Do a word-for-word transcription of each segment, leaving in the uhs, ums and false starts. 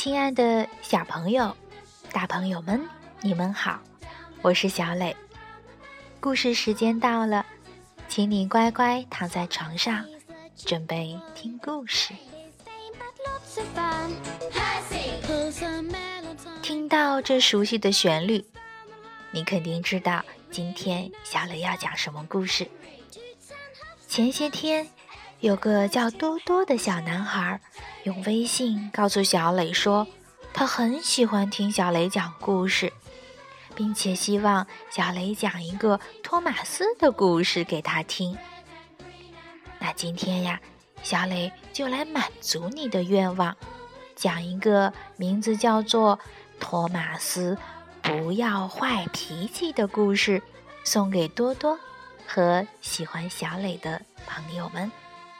亲爱的小朋友、大朋友们，你们好，我是小磊。故事时间到了，请你乖乖躺在床上，准备听故事。听到这熟悉的旋律，你肯定知道今天小磊要讲什么故事。前些天有个叫多多的小男孩用微信告诉小磊说，他很喜欢听小磊讲故事，并且希望小磊讲一个托马斯的故事给他听。那今天呀，小磊就来满足你的愿望，讲一个名字叫做托马斯不要坏脾气的故事，送给多多和喜欢小磊的朋友们。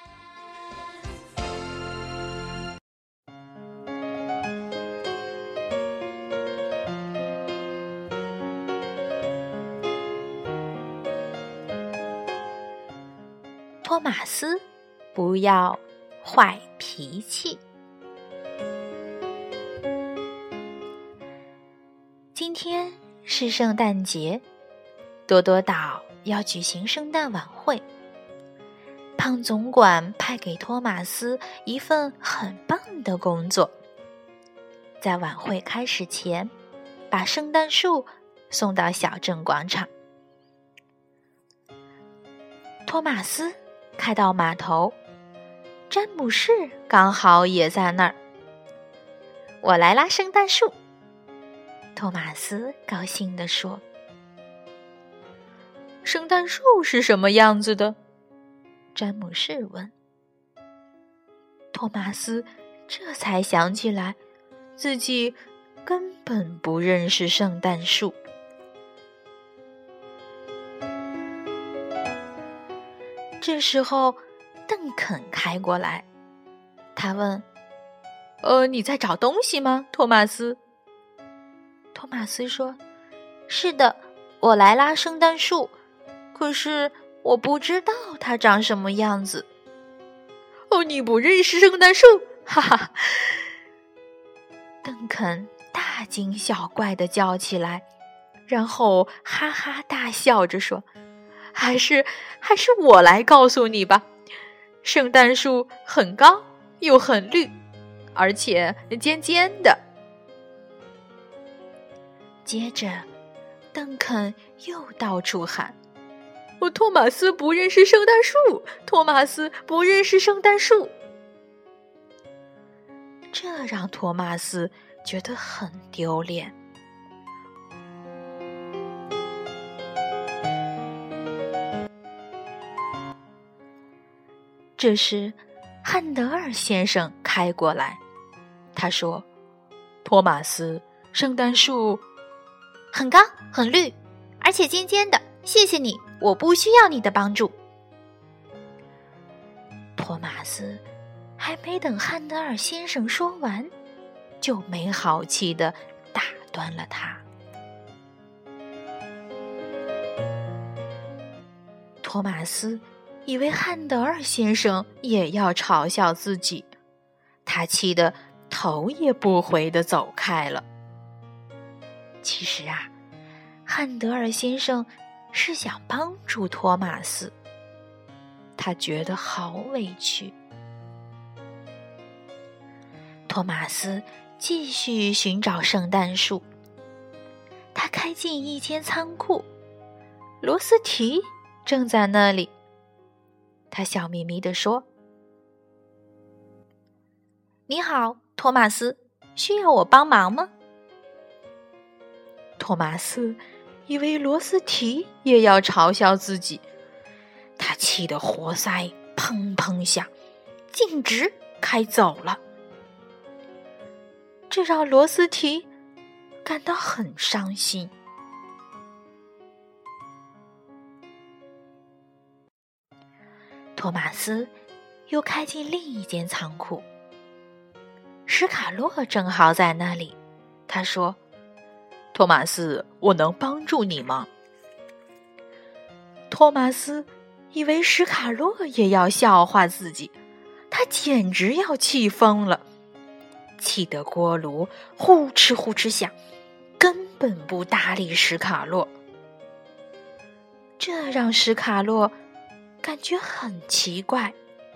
托马斯不要坏脾气。今天是圣诞节，多多岛要举行圣诞晚会。胖总管派给托马斯一份很棒的工作，在晚会开始前，把圣诞树送到小镇广场。托马斯开到码头，詹姆士刚好也在那儿。我来拉圣诞树，托马斯高兴地说。圣诞树是什么样子的？詹姆士问。托马斯这才想起来，自己根本不认识圣诞树。这时候邓肯开过来，他问，呃，你在找东西吗，托马斯？托马斯说，是的，我来拉圣诞树，可是我不知道它长什么样子。哦，你不认识圣诞树？哈哈！邓肯大惊小怪地叫起来，然后哈哈大笑着说，还是还是我来告诉你吧，圣诞树很高又很绿，而且尖尖的。接着邓肯又到处喊，哦，托马斯不认识圣诞树，托马斯不认识圣诞树。这让托马斯觉得很丢脸。这时汉德尔先生开过来，他说，托马斯，圣诞树很高很绿，而且尖尖的，谢谢你，我不需要你的帮助。托马斯还没等汉德尔先生说完，就没好气地打断了他。托马斯以为汉德尔先生也要嘲笑自己，他气得头也不回地走开了。其实啊，汉德尔先生是想帮助托马斯，他觉得好委屈。托马斯继续寻找圣诞树，他开进一间仓库，罗斯提正在那里。他笑眯眯地说，你好，托马斯，需要我帮忙吗？托马斯以为罗斯提也要嘲笑自己，他气得活塞砰砰响，径直开走了。这让罗斯提感到很伤心。托马斯又开进另一间仓库，史卡洛正好在那里。他说，托马斯，我能帮助你吗？托马斯以为史卡洛也要笑话自己，他简直要气疯了。 气得锅炉呼哧呼哧响，根本不搭理史卡洛。这让史卡洛感觉很奇怪。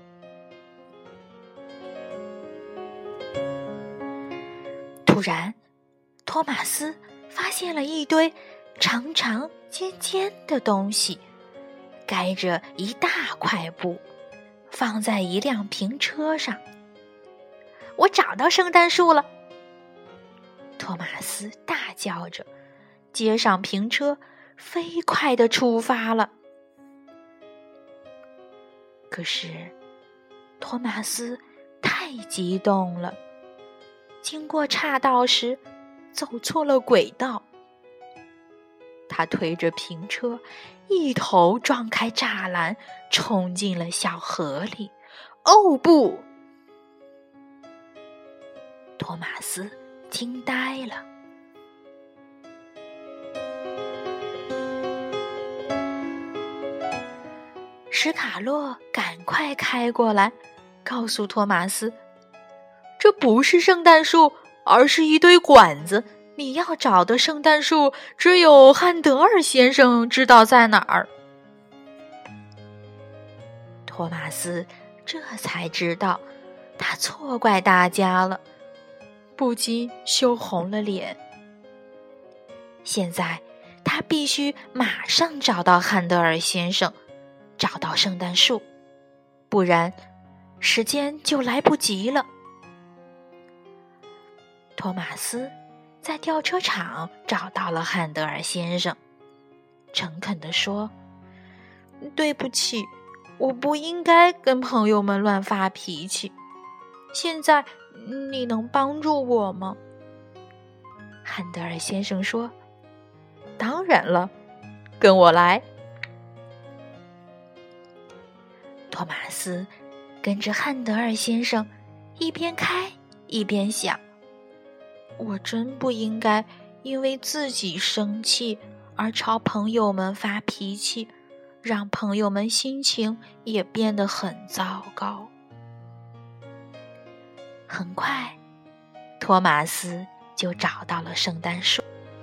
突然，托马斯发现了一堆长长尖尖的东西，盖着一大块布，放在一辆平车上。我找到圣诞树了！托马斯大叫着，接上平车，飞快地出发了。可是，托马斯太激动了，经过岔道时，走错了轨道。他推着平车，一头撞开栅栏，冲进了小河里。哦不！托马斯惊呆了。史卡洛赶快开过来，告诉托马斯，这不是圣诞树，而是一堆管子。你要找的圣诞树，只有汉德尔先生知道在哪儿。托马斯这才知道，他错怪大家了，不禁羞红了脸。现在他必须马上找到汉德尔先生，找到圣诞树，不然时间就来不及了。托马斯在吊车场找到了汉德尔先生，诚恳地说，对不起，我不应该跟朋友们乱发脾气，现在你能帮助我吗？汉德尔先生说，当然了，跟我来。托马斯跟着汉德尔先生一边开一边想，我真不应该因为自己生气而朝朋友们发脾气，让朋友们心情也变得很糟糕。很快，托马斯就找到了圣诞树。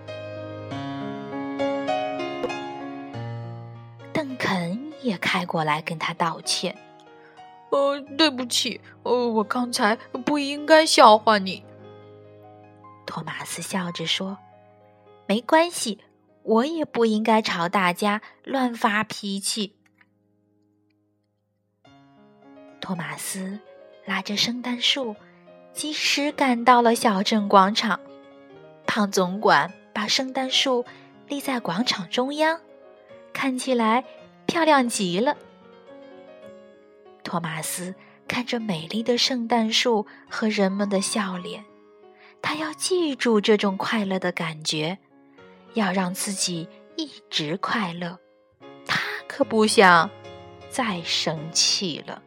邓肯也开过来跟他道歉，呃，对不起，呃，我刚才不应该笑话你。托马斯笑着说，没关系，我也不应该朝大家乱发脾气。托马斯拉着圣诞树，及时赶到了小镇广场。胖总管把圣诞树立在广场中央，看起来漂亮极了。托马斯看着美丽的圣诞树和人们的笑脸，他要记住这种快乐的感觉，要让自己一直快乐。他可不想再生气了。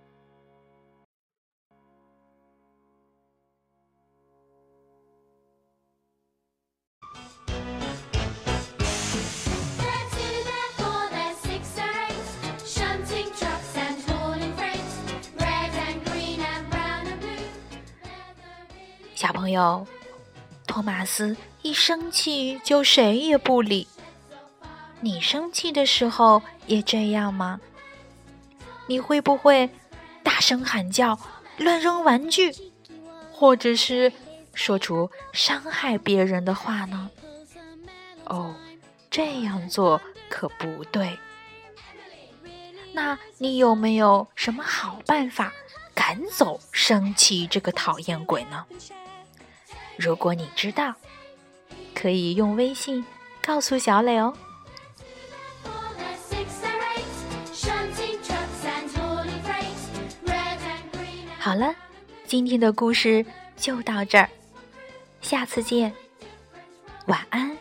小朋友，托马斯一生气就谁也不理。你生气的时候也这样吗？你会不会大声喊叫、乱扔玩具，或者是说出伤害别人的话呢？哦，这样做可不对。那你有没有什么好办法赶走生气这个讨厌鬼呢？如果你知道，可以用微信告诉小磊哦。好了，今天的故事就到这儿，下次见，晚安。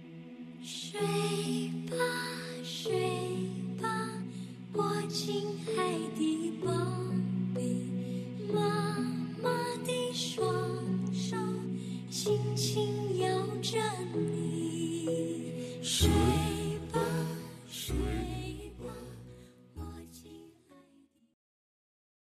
睡吧，睡吧，我亲爱是